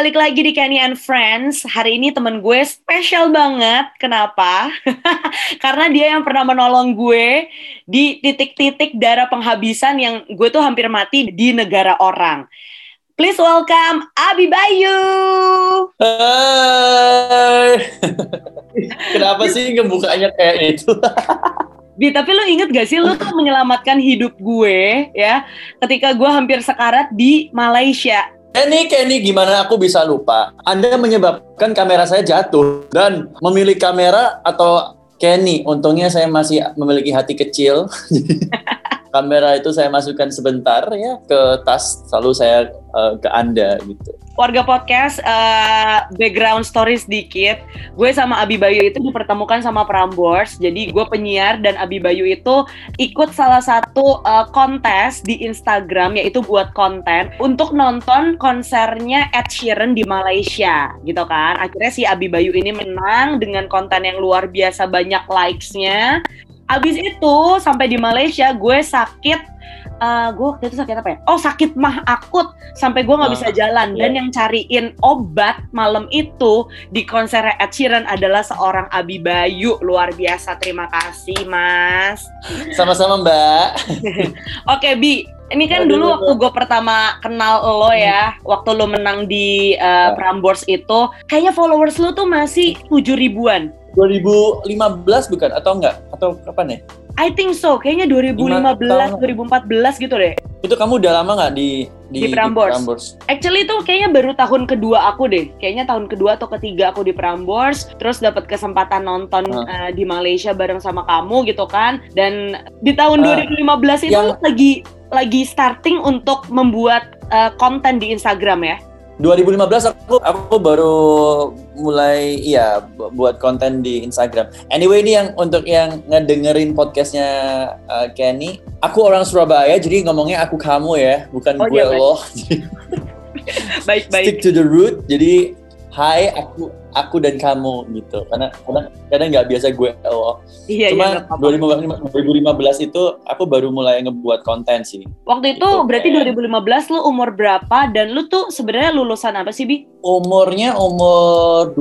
balik lagi di Kenny and Friends. Hari ini temen gue spesial banget. Kenapa? Karena dia yang pernah menolong gue di titik-titik darah penghabisan yang gue tuh hampir mati di negara orang. Please welcome Abi Bayu. Hai. Kenapa sih ngebukanya kayak itu? Bi, tapi lu inget gak sih lu tuh menyelamatkan hidup gue ya ketika gue hampir sekarat di Malaysia. Kenny, gimana aku bisa lupa? Anda menyebabkan kamera saya jatuh dan memilih kamera atau Kenny? Untungnya saya masih memiliki hati kecil. Kamera itu saya masukkan sebentar ya ke tas, lalu saya ke Anda gitu. Warga podcast, background story sedikit. Gue sama Abi Bayu itu dipertemukan sama Prambors. Jadi gue penyiar dan Abi Bayu itu ikut salah satu kontes di Instagram, yaitu buat konten untuk nonton konsernya Ed Sheeran di Malaysia gitu kan. Akhirnya si Abi Bayu ini menang dengan konten yang luar biasa banyak likes-nya. Abis itu sampai di Malaysia gue sakit. Gue waktu itu sakit apa ya? Oh, sakit mah akut sampai gue nggak bisa jalan. Dan yang cariin obat malam itu di konser Ed Sheeran adalah seorang Abi Bayu. Luar biasa, terima kasih Mas. Sama-sama Mbak. Oke Bi, ini kan dulu waktu gue pertama kenal lo ya, waktu lo menang di Prambors itu, kayaknya followers lo tuh masih 7.000-an. 2015 bukan? Atau enggak? Atau kapan ya? I think so, kayaknya 2015, 2014 gitu deh. Itu kamu udah lama nggak di Prambors? Actually itu kayaknya baru tahun kedua aku deh. Kayaknya tahun kedua atau ketiga aku di Prambors. Terus dapat kesempatan nonton di Malaysia bareng sama kamu gitu kan. Dan di tahun 2015 itu lagi starting untuk membuat konten di Instagram ya. 2015 aku baru mulai buat konten di Instagram. Anyway, ini yang untuk yang ngedengerin podcastnya Kenny, aku orang Surabaya jadi ngomongnya aku kamu ya, bukan gue lo. Baik. Stick to the root. Jadi hai aku dan kamu gitu. Karena kadang nggak biasa gue lo. Iya, cuma 2015 itu aku baru mulai ngebuat konten sih. Waktu itu gitu, berarti 2015 lu umur berapa dan lu tuh sebenarnya lulusan apa sih, Bi? Umurnya umur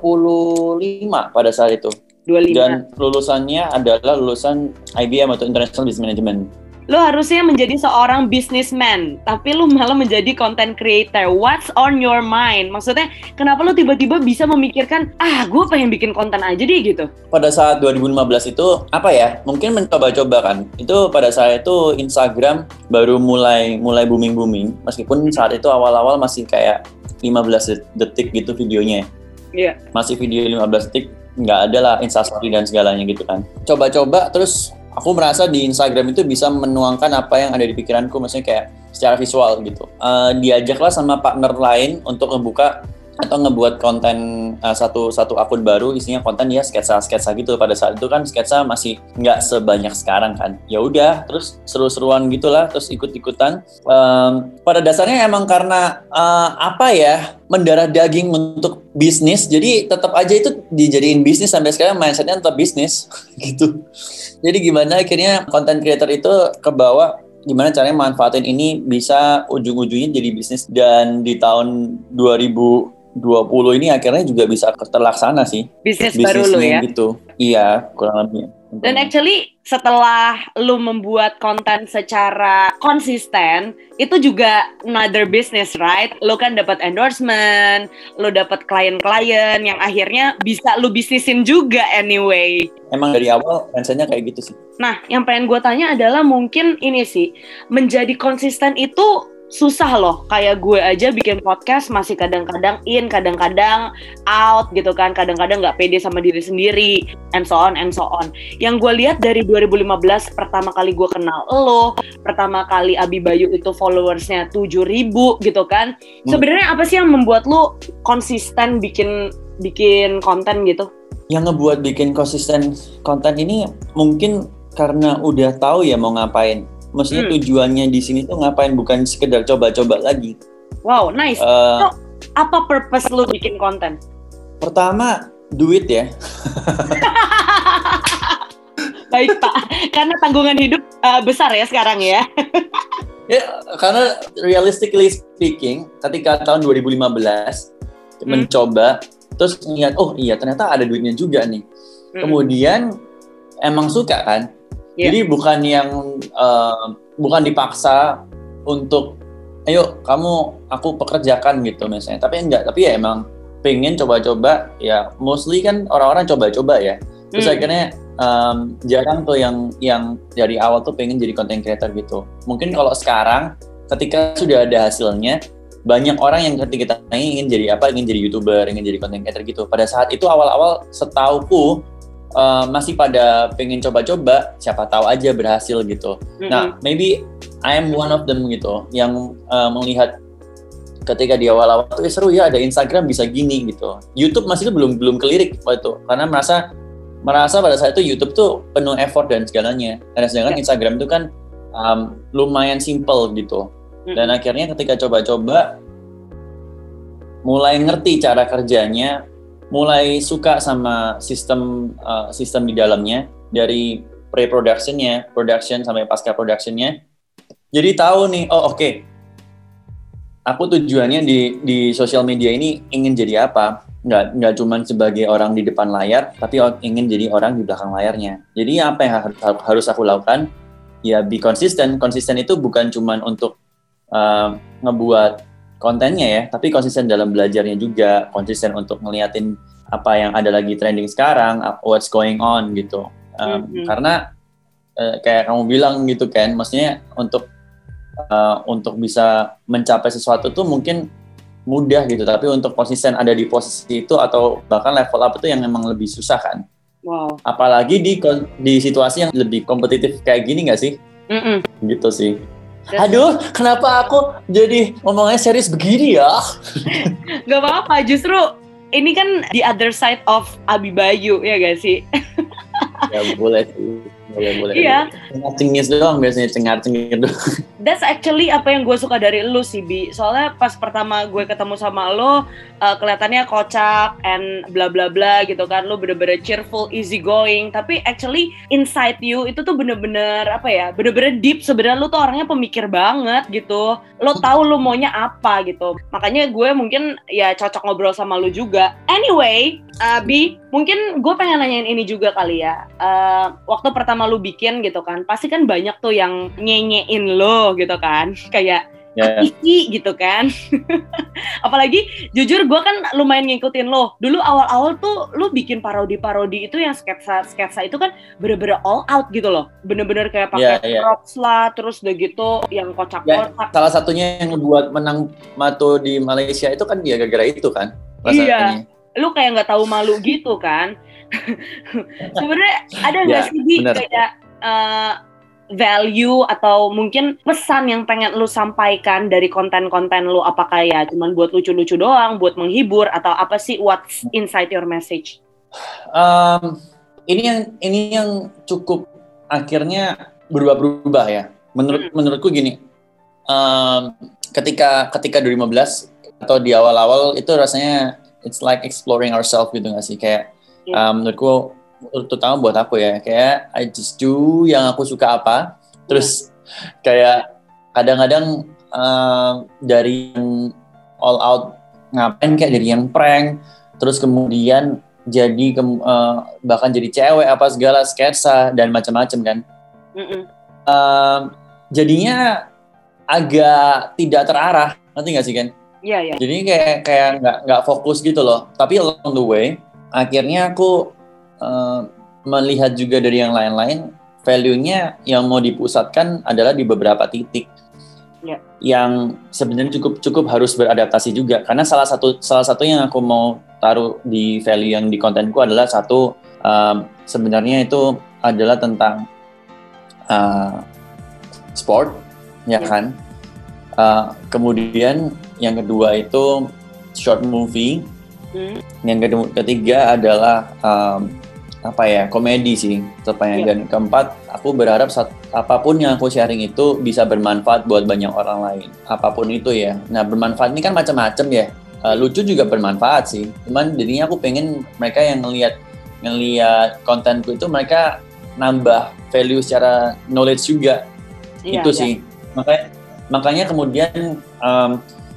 25 pada saat itu. 25. Dan lulusannya adalah lulusan IBM atau International Business Management. Lu harusnya menjadi seorang businessman, tapi lu malah menjadi content creator. What's on your mind? Maksudnya, kenapa lu tiba-tiba bisa memikirkan, gue pengen bikin konten aja deh gitu? Pada saat 2015 itu, mungkin mencoba-coba kan. Itu pada saat itu Instagram baru mulai booming-booming. Meskipun saat itu awal-awal masih kayak 15 detik gitu videonya. Iya. Masih video 15 detik, nggak ada lah Instastory dan segalanya gitu kan. Coba-coba, terus aku merasa di Instagram itu bisa menuangkan apa yang ada di pikiranku, maksudnya kayak secara visual gitu. Diajaklah sama partner lain untuk ngebuka atau ngebuat konten satu akun baru, isinya konten ya sketsa gitu. Pada saat itu kan sketsa masih nggak sebanyak sekarang kan. Ya udah, terus seru-seruan gitulah, terus ikut-ikutan. Pada dasarnya emang karena mendarah daging untuk bisnis, jadi tetap aja itu dijadiin bisnis sampai sekarang, mindsetnya tetap bisnis gitu. Jadi gimana akhirnya content creator itu kebawa, gimana caranya manfaatin ini bisa ujung-ujungnya jadi bisnis, dan di tahun 2020 ini akhirnya juga bisa terlaksana sih. Bisnis baru lo ya? Gitu. Iya, kurang lebih. Dan actually setelah lu membuat konten secara konsisten, itu juga another business, right? Lu kan dapat endorsement, lu dapat klien-klien yang akhirnya bisa lu bisnisin juga anyway. Emang dari awal mindsetnya kayak gitu sih. Nah, yang pengen gue tanya adalah mungkin ini sih, menjadi konsisten itu susah loh. Kayak gue aja bikin podcast masih kadang-kadang in, kadang-kadang out gitu kan. Kadang-kadang gak pede sama diri sendiri, and so on. Yang gue lihat dari 2015 pertama kali gue kenal lo, pertama kali Abi Bayu itu followersnya 7.000 gitu kan. Sebenarnya apa sih yang membuat lo konsisten bikin konten gitu? Yang ngebuat bikin konsisten konten ini mungkin karena udah tahu ya mau ngapain. Maksudnya tujuannya di sini tuh ngapain, bukan sekedar coba-coba lagi. Wow, nice. So, apa purpose lu bikin konten? Pertama, duit ya. Baik Pak, karena tanggungan hidup besar ya sekarang ya. Ya, karena realistically speaking, ketika tahun 2015 mencoba, terus ngeliat, oh iya ternyata ada duitnya juga nih. Kemudian emang suka kan, jadi bukan yang bukan dipaksa untuk, ayo aku pekerjakan gitu misalnya, tapi enggak, tapi ya emang pengen coba-coba, ya mostly kan orang-orang coba-coba ya, terus akhirnya jarang tuh yang dari awal tuh pengen jadi content creator gitu. Mungkin kalau sekarang ketika sudah ada hasilnya, banyak orang yang ketika kita ingin jadi apa, ingin jadi YouTuber, ingin jadi content creator gitu. Pada saat itu awal-awal setauku masih pada pengen coba-coba, siapa tahu aja berhasil gitu. Nah, maybe I am one of them gitu, yang melihat ketika di awal-awal tuh seru ya, ada Instagram bisa gini gitu. YouTube masih belum kelirik waktu itu, karena merasa pada saat itu YouTube tuh penuh effort dan segalanya. Dan sedangkan Instagram itu kan lumayan simple gitu. Dan akhirnya ketika coba-coba, mulai ngerti cara kerjanya, mulai suka sama sistem di dalamnya, dari pre-productionnya, production sampai pasca productionnya. Jadi tahu nih, oh oke, aku tujuannya di sosial media ini ingin jadi apa? Nggak cuma sebagai orang di depan layar, tapi ingin jadi orang di belakang layarnya. Jadi apa yang harus aku lakukan? Ya be konsisten. Konsisten itu bukan cuma untuk ngebuat kontennya ya, tapi konsisten dalam belajarnya juga, konsisten untuk ngeliatin apa yang ada lagi trending sekarang, what's going on gitu. Karena kayak kamu bilang gitu kan, maksudnya untuk bisa mencapai sesuatu tuh mungkin mudah gitu, tapi untuk konsisten ada di posisi itu atau bahkan level up itu yang memang lebih susah kan. Wow. Apalagi di situasi yang lebih kompetitif kayak gini nggak sih? Gitu sih. Aduh, kenapa aku jadi ngomongnya serius begini ya? Gak apa-apa, justru ini kan the other side of Abi Bayu, ya gak sih? Ya boleh sih. Boleh. Iya. Cengis doang biasanya, cengar-cengir doang. That's actually apa yang gue suka dari lu sih, Bi. Soalnya pas pertama gue ketemu sama lu, kelihatannya kocak and bla bla bla gitu kan. Lu bener-bener cheerful, easy going. Tapi actually inside you itu tuh bener-bener apa ya? Bener-bener deep. Sebenarnya lu tuh orangnya pemikir banget gitu. Lu tahu lu maunya apa gitu. Makanya gue mungkin ya cocok ngobrol sama lu juga. Anyway, Bi, mungkin gue pengen nanyain ini juga kali ya. Waktu pertama lu bikin gitu kan, pasti kan banyak tuh yang nyenyein lo gitu kan, kayak isi gitu kan. Apalagi jujur gue kan lumayan ngikutin lo. Dulu awal-awal tuh lu bikin parodi-parodi itu yang sketsa itu kan bener-bener all out gitu loh. Bener-bener kayak pakai props lah, terus udah gitu yang kocak-kocak. Salah satunya yang ngebuat menang Mato di Malaysia itu kan dia gara-gara itu kan. Iya. Lu kayak nggak tahu malu gitu kan. Sebenarnya ada nggak sih Bi kayak value atau mungkin pesan yang pengen lu sampaikan dari konten-konten lu, apakah ya cuman buat lucu-lucu doang, buat menghibur, atau apa sih, what's inside your message? Ini yang cukup akhirnya berubah-berubah ya. Menurutku gini, ketika 2015 atau di awal-awal itu rasanya it's like exploring ourselves gitu nggak sih, kayak menurutku, terutama buat aku ya, kayak I just do yang aku suka apa, terus kayak kadang-kadang dari yang all out ngapain, kayak dari yang prank, terus kemudian jadi bahkan jadi cewek apa segala, sketsa dan macam-macam kan. Jadinya agak tidak terarah, ngerti nggak sih kan? Iya. Jadi kayak nggak fokus gitu loh. Tapi along the way, akhirnya aku melihat juga dari yang lain-lain, value-nya yang mau dipusatkan adalah di beberapa titik yang sebenarnya cukup harus beradaptasi juga. Karena salah satu yang aku mau taruh di value yang di kontenku adalah satu, sebenarnya itu adalah tentang sport, ya kan? Kemudian yang kedua itu short movie. Yang ketiga adalah komedi sih tepatnya. Dan keempat, aku berharap apapun yang aku sharing itu bisa bermanfaat buat banyak orang lain, apapun itu ya. Nah, bermanfaat ini kan macam-macam ya. Lucu juga bermanfaat sih, cuman jadinya aku pengen mereka yang ngelihat kontenku itu mereka nambah value secara knowledge juga. Itu sih makanya kemudian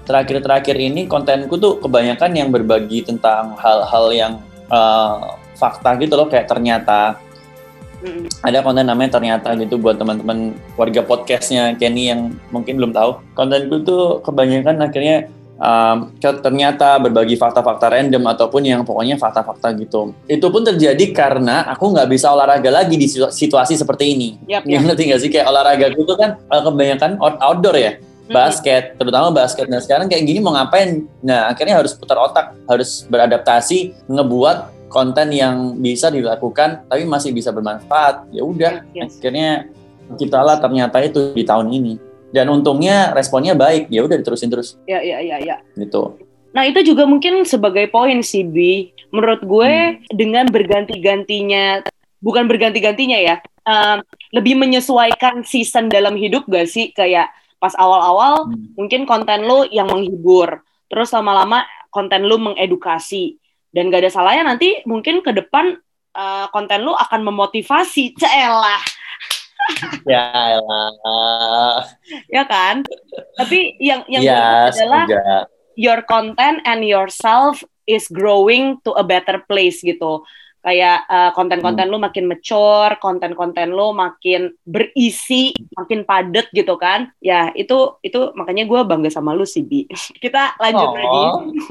terakhir-terakhir ini kontenku tuh kebanyakan yang berbagi tentang hal-hal yang fakta gitu loh, kayak ternyata. Ada konten namanya ternyata gitu buat teman-teman warga podcastnya Kenny yang mungkin belum tahu. Kontenku tuh kebanyakan akhirnya ternyata berbagi fakta-fakta random ataupun yang pokoknya fakta-fakta gitu. Itu pun terjadi karena aku nggak bisa olahraga lagi di situasi seperti ini. Ngerti nggak sih, kayak olahraga itu kan kebanyakan outdoor ya, basket, terutama basket. Nah sekarang kayak gini mau ngapain? Nah akhirnya harus putar otak, harus beradaptasi, ngebuat konten yang bisa dilakukan tapi masih bisa bermanfaat. Ya udah, akhirnya ciptalah ternyata itu di tahun ini. Dan untungnya responnya baik. Ya udah diterusin terus. Ya. Gitu. Nah, itu juga mungkin sebagai poin sih, Bi. Menurut gue dengan bukan berganti-gantinya ya. Lebih menyesuaikan season dalam hidup gak sih? Kayak pas awal-awal mungkin konten lo yang menghibur. Terus lama-lama konten lo mengedukasi. Dan gak ada salahnya nanti mungkin ke depan konten lu akan memotivasi. Ceelah. Ya elah. Ya kan? Tapi yang ya, adalah your content and yourself is growing to a better place gitu. Kayak konten-konten lu makin mature, konten-konten lu makin berisi, makin padat gitu kan. Ya, itu makanya gue bangga sama lu sih, Bi. Kita lanjut lagi.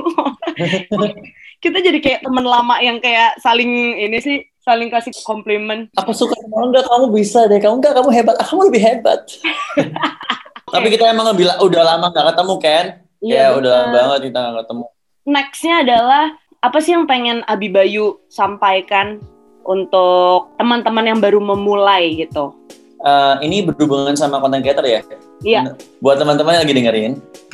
Kita jadi kayak teman lama yang kayak saling kasih komplimen. Aku suka sama enggak, kamu bisa deh. Kamu hebat, kamu lebih hebat. Tapi kita emang udah lama gak ketemu kan? Ya udah lama banget kita gak ketemu. Nextnya adalah apa sih yang pengen Abi Bayu sampaikan untuk teman-teman yang baru memulai gitu? Ini berhubungan sama content creator ya? Iya. Buat teman-teman yang lagi dengerin,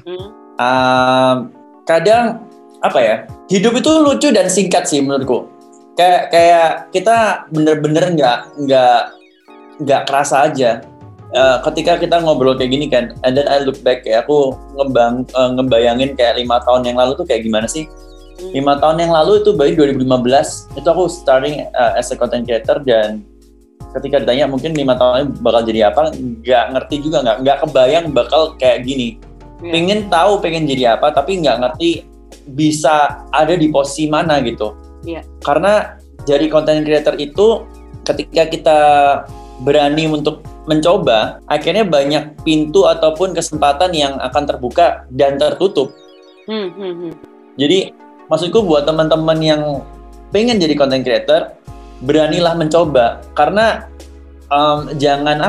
kadang apa ya, hidup itu lucu dan singkat sih menurutku. Kayak kita bener-bener nggak kerasa aja. Ketika kita ngobrol kayak gini kan, and then I look back, kayak aku ngebayangin kayak 5 tahun yang lalu tuh kayak gimana sih. 5 tahun yang lalu itu baru 2015, itu aku starting as a content creator, dan ketika ditanya mungkin 5 tahun bakal jadi apa, nggak ngerti juga, nggak kebayang bakal kayak gini. Pengen tahu pengen jadi apa, tapi nggak ngerti bisa ada di posisi mana gitu. Karena jadi content creator itu ketika kita berani untuk mencoba, akhirnya banyak pintu ataupun kesempatan yang akan terbuka dan tertutup. Jadi maksudku buat teman-teman yang pengen jadi content creator, beranilah mencoba. Karena jangan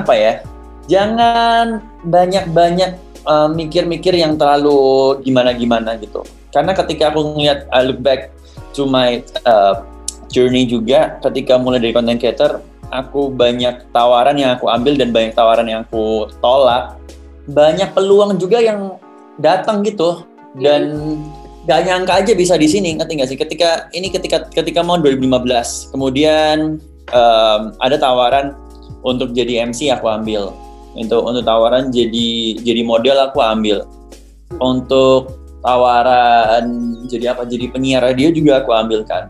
banyak-banyak mikir-mikir yang terlalu gimana-gimana gitu. Karena ketika aku ngeliat, I look back to my journey juga, ketika mulai dari content creator, aku banyak tawaran yang aku ambil dan banyak tawaran yang aku tolak. Banyak peluang juga yang datang gitu, dan gak nyangka aja bisa di sini, ngerti gak sih? Ketika mau 2015, kemudian ada tawaran untuk jadi MC, aku ambil. Untuk tawaran jadi model, aku ambil. Untuk tawaran jadi penyiar radio juga aku ambilkan.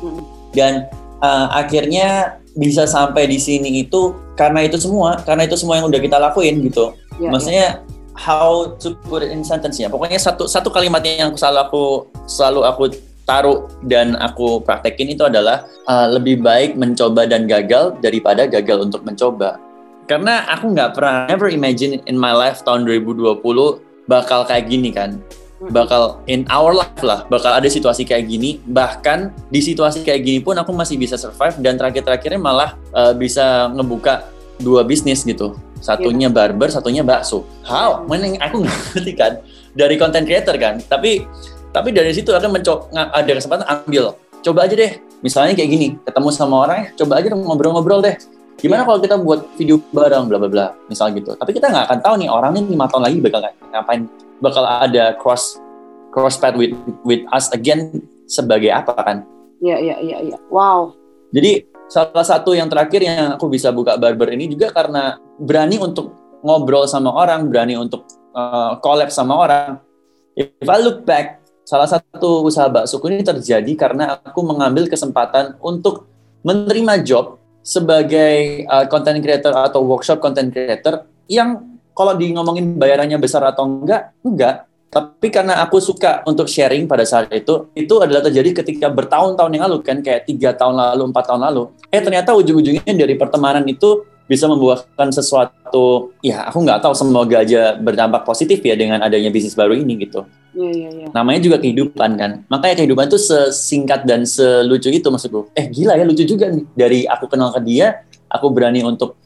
Dan akhirnya bisa sampai di sini itu karena itu semua yang udah kita lakuin gitu. Maksudnya how to put it in sentence ya. Pokoknya satu kalimat yang selalu aku taruh dan aku praktekin itu adalah lebih baik mencoba dan gagal daripada gagal untuk mencoba. Karena aku never imagine in my life tahun 2020 bakal kayak gini kan. Bakal in our life lah, bakal ada situasi kayak gini. Bahkan di situasi kayak gini pun aku masih bisa survive, dan terakhir-terakhirnya malah bisa ngebuka 2 bisnis gitu. Satunya barber, satunya bakso. How? Mana aku nggak ngerti kan. Dari content creator kan. Tapi dari situ aku ada kesempatan ambil. Coba aja deh. Misalnya kayak gini, ketemu sama orang, coba aja ngobrol-ngobrol deh. Gimana kalau kita buat video bareng, bla bla bla, misal gitu. Tapi kita nggak akan tahu nih orangnya 5 tahun lagi bakal ngapain. Bakal ada cross path with us again sebagai apa kan? Iya. Wow. Jadi salah satu yang terakhir yang aku bisa buka barber ini juga karena berani untuk ngobrol sama orang, berani untuk collab sama orang. If I look back, salah satu usaha baksoku ini terjadi karena aku mengambil kesempatan untuk menerima job sebagai content creator atau workshop content creator yang kalau di ngomongin bayarannya besar atau enggak. Tapi karena aku suka untuk sharing pada saat itu adalah terjadi ketika bertahun-tahun yang lalu kan, kayak 3 tahun lalu, 4 tahun lalu. Ternyata ujung-ujungnya dari pertemanan itu bisa membuahkan sesuatu, ya aku nggak tahu, semoga aja berdampak positif ya dengan adanya bisnis baru ini gitu. Iya. Namanya juga kehidupan kan. Makanya kehidupan itu sesingkat dan selucu itu maksudku. Gila ya, lucu juga nih. Dari aku kenal ke dia, aku berani untuk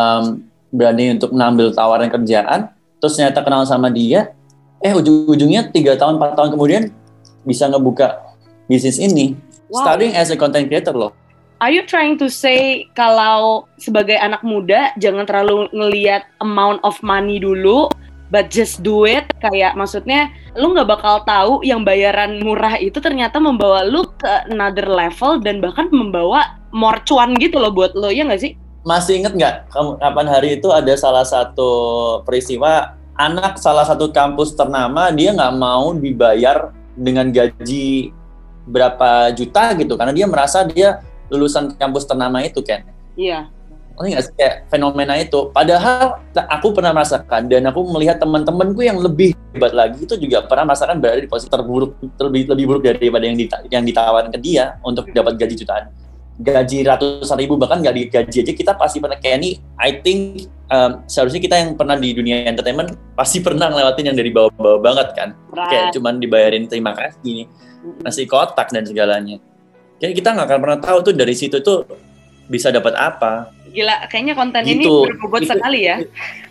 mengambil tawaran kerjaan, terus ternyata kenal sama dia, ujung-ujungnya 3 tahun, 4 tahun kemudian bisa ngebuka bisnis ini. Wow. Starting as a content creator loh. Are you trying to say kalau sebagai anak muda jangan terlalu ngelihat amount of money dulu, but just do it? Kayak maksudnya lu nggak bakal tahu yang bayaran murah itu ternyata membawa lu ke another level dan bahkan membawa more cuan gitu loh buat lo, ya nggak sih? Masih inget nggak kapan hari itu ada salah satu peristiwa anak salah satu kampus ternama, dia nggak mau dibayar dengan gaji berapa juta gitu karena dia merasa dia lulusan kampus ternama itu kan. Iya. Nggak sih, kayak fenomena itu. Padahal aku pernah merasakan dan aku melihat teman-temanku yang lebih hebat lagi itu juga pernah merasakan berada di posisi terburuk, lebih buruk daripada yang ditawarkan ke dia untuk dapat gaji jutaan. Gaji ratusan ribu, bahkan nggak digaji aja kita pasti pernah. Kayak ini, I think seharusnya kita yang pernah di dunia entertainment pasti pernah ngelewatin yang dari bawah-bawah banget kan. Right. Kayak cuman dibayarin terima kasih, nasi kotak dan segalanya. Jadi kita nggak akan pernah tahu tuh dari situ tuh bisa dapat apa. Gila, kayaknya konten gitu. Ini berbobot sekali ya.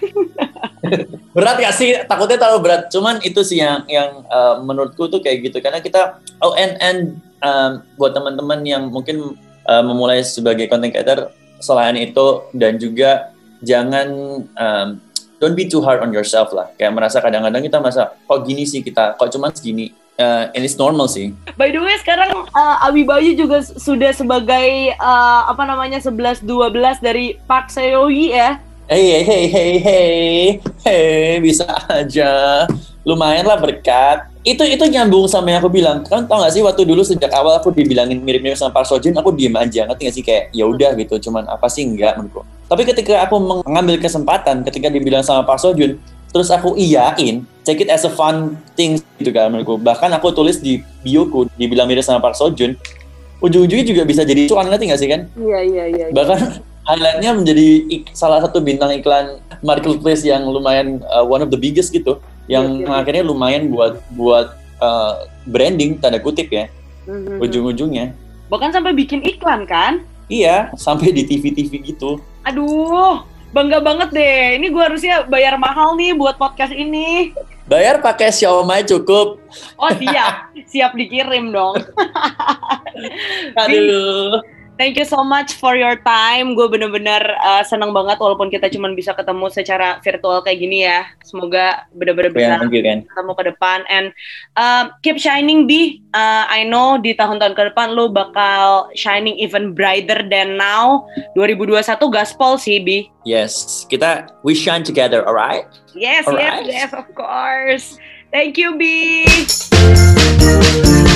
Berat gak sih? Takutnya terlalu berat. Cuman itu sih yang menurutku tuh kayak gitu. Karena kita, buat teman-teman yang mungkin memulai sebagai content creator, selain itu, dan juga jangan don't be too hard on yourself lah. Kayak merasa kadang-kadang kita merasa kok gini sih kita, kok cuma segini. And it's normal sih. By the way, sekarang Abi Bayu juga sudah sebagai 11-12 dari Park Seo-hee ya. Hey, bisa aja. Lumayan lah berkat. Itu nyambung sama yang aku bilang. Kan tau gak sih waktu dulu sejak awal aku dibilangin mirip-mirip sama Park Seo-joon, aku diem aja, ngerti gak sih, kayak ya udah gitu, cuman apa sih, enggak menurutku. Tapi ketika aku mengambil kesempatan, ketika dibilang sama Park Seo-joon, terus aku iyain, take it as a fun thing gitu kan menurutku. Bahkan aku tulis di bioku, dibilang mirip sama Park Seo-joon, ujung-ujungnya juga bisa jadi cuan, ngerti gak sih kan? Iya. Bahkan highlightnya menjadi salah satu bintang iklan marketplace yang lumayan one of the biggest gitu, yang akhirnya lumayan buat branding tanda kutip ya, ujung-ujungnya. Bahkan sampai bikin iklan kan? Iya, sampai di TV-TV gitu. Aduh, bangga banget deh. Ini gue harusnya bayar mahal nih buat podcast ini. Bayar pakai Xiaomi cukup. Oh siap dikirim dong. Aduh. Thank you so much for your time. Gue bener-bener seneng banget walaupun kita cuma bisa ketemu secara virtual kayak gini ya. Semoga bener-bener bisa ketemu ke depan. And keep shining, Bi. I know di tahun-tahun ke depan lo bakal shining even brighter than now. 2021 gaspol sih, Bi. Yes, we shine together, alright? Yes, of course. Thank you, Bi.